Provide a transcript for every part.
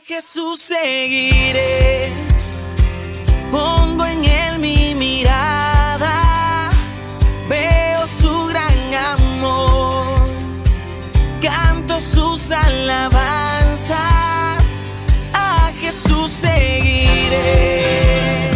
Jesús seguiré, pongo en él mi mirada, veo su gran amor, canto sus alabanzas, a Jesús seguiré.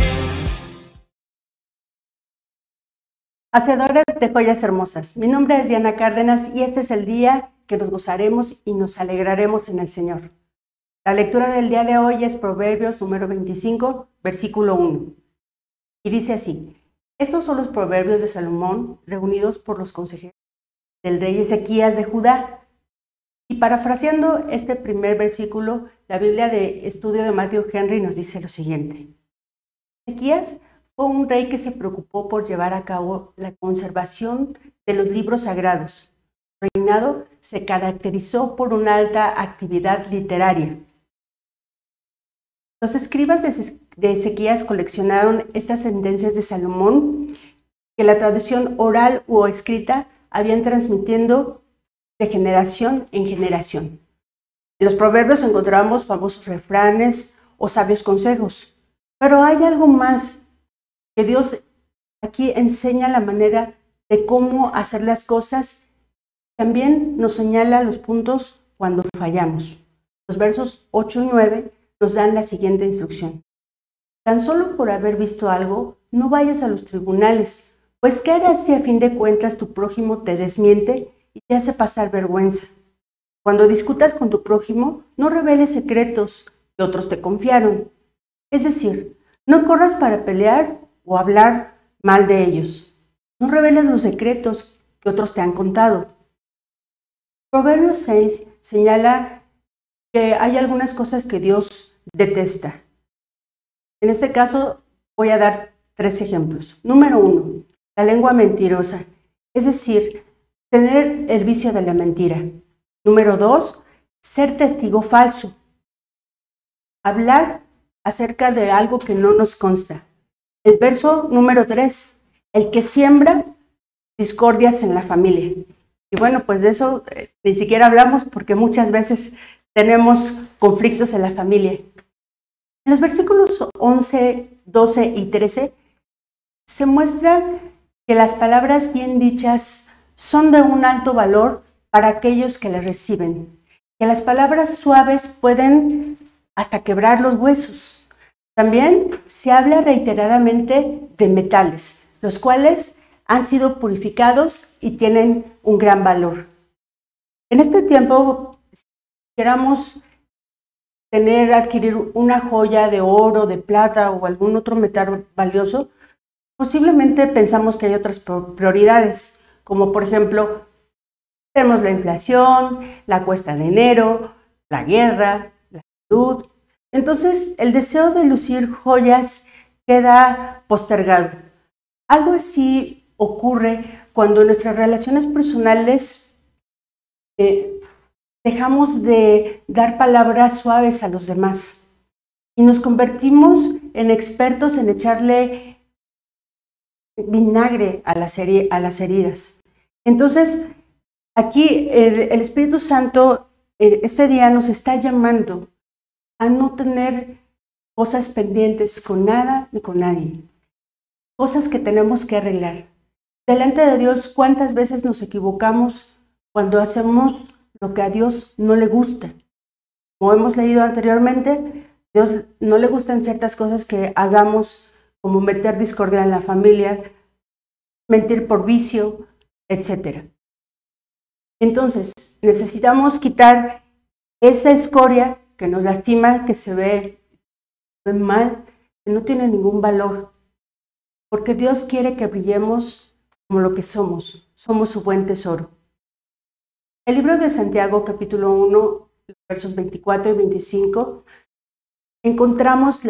Hacedores de joyas hermosas, mi nombre es Diana Cárdenas y este es el día que nos gozaremos y nos alegraremos en el Señor. La lectura del día de hoy es Proverbios número 25, versículo 1. Y dice así: estos son los proverbios de Salomón reunidos por los consejeros del rey Ezequías de Judá. Y parafraseando este primer versículo, la Biblia de estudio de Matthew Henry nos dice lo siguiente: Ezequías fue un rey que se preocupó por llevar a cabo la conservación de los libros sagrados. Su reinado se caracterizó por una alta actividad literaria. Los escribas de Ezequías coleccionaron estas sentencias de Salomón que la traducción oral o escrita habían transmitiendo de generación en generación. En los proverbios encontramos famosos refranes o sabios consejos, pero hay algo más, que Dios aquí enseña la manera de cómo hacer las cosas. También nos señala los puntos cuando fallamos. Los versos 8 y 9 nos dan la siguiente instrucción: tan solo por haber visto algo, no vayas a los tribunales, pues ¿qué harás si a fin de cuentas tu prójimo te desmiente y te hace pasar vergüenza? Cuando discutas con tu prójimo, no reveles secretos que otros te confiaron. Es decir, no corras para pelear o hablar mal de ellos. No reveles los secretos que otros te han contado. Proverbios 6 señala que hay algunas cosas que Dios detesta. En este caso voy a dar 3 ejemplos. Número 1, la lengua mentirosa, es decir, tener el vicio de la mentira. Número 2, ser testigo falso, hablar acerca de algo que no nos consta. El verso número 3, el que siembra discordias en la familia. Y bueno, pues de eso ni siquiera hablamos porque muchas veces tenemos conflictos en la familia. En los versículos 11, 12 y 13 se muestra que las palabras bien dichas son de un alto valor para aquellos que las reciben, que las palabras suaves pueden hasta quebrar los huesos. También se habla reiteradamente de metales, los cuales han sido purificados y tienen un gran valor. En este tiempo, si quisiéramos adquirir una joya de oro, de plata o algún otro metal valioso, posiblemente pensamos que hay otras prioridades, como por ejemplo, tenemos la inflación, la cuesta de enero, la guerra, la salud. Entonces, el deseo de lucir joyas queda postergado. Algo así ocurre cuando en nuestras relaciones personales dejamos de dar palabras suaves a los demás y nos convertimos en expertos en echarle vinagre a las heridas. Entonces, aquí el Espíritu Santo este día nos está llamando a no tener cosas pendientes con nada ni con nadie, cosas que tenemos que arreglar. Delante de Dios, ¿cuántas veces nos equivocamos cuando hacemos lo que a Dios no le gusta? Como hemos leído anteriormente, a Dios no le gustan ciertas cosas que hagamos, como meter discordia en la familia, mentir por vicio, etc. Entonces, necesitamos quitar esa escoria que nos lastima, que se ve mal, que no tiene ningún valor, porque Dios quiere que brillemos como lo que somos su buen tesoro. El libro de Santiago, capítulo 1, versos 24 y 25, encontramos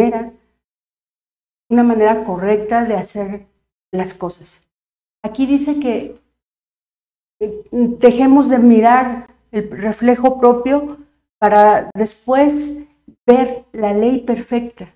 una manera correcta de hacer las cosas. Aquí dice que dejemos de mirar el reflejo propio para después ver la ley perfecta.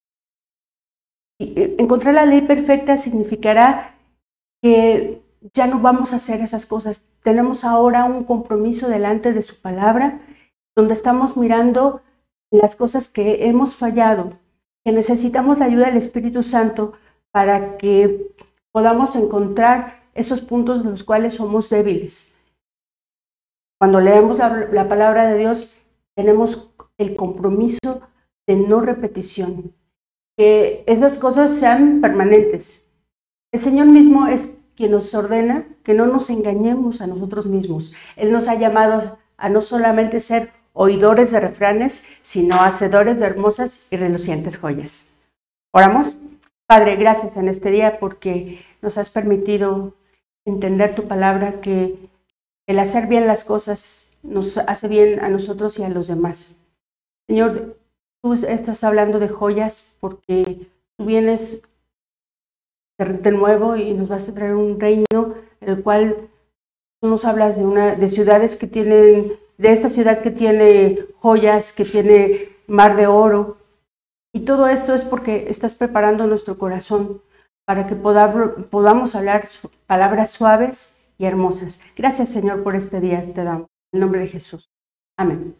Y encontrar la ley perfecta significará que ya no vamos a hacer esas cosas. Tenemos ahora un compromiso delante de su palabra, donde estamos mirando en las cosas que hemos fallado, que necesitamos la ayuda del Espíritu Santo para que podamos encontrar esos puntos en los cuales somos débiles. Cuando leemos la palabra de Dios, tenemos el compromiso de no repetición, que esas cosas sean permanentes. El Señor mismo es quien nos ordena que no nos engañemos a nosotros mismos. Él nos ha llamado a no solamente ser oidores de refranes, sino hacedores de hermosas y relucientes joyas. ¿Oramos? Padre, gracias en este día porque nos has permitido entender tu palabra, que el hacer bien las cosas nos hace bien a nosotros y a los demás. Señor, tú estás hablando de joyas porque tú vienes de nuevo y nos vas a traer un reino en el cual tú nos hablas de ciudades que tienen, de esta ciudad que tiene joyas, que tiene mar de oro. Y todo esto es porque estás preparando nuestro corazón para que podamos hablar palabras suaves y hermosas. Gracias, Señor, por este día. Te damos en el nombre de Jesús. Amén.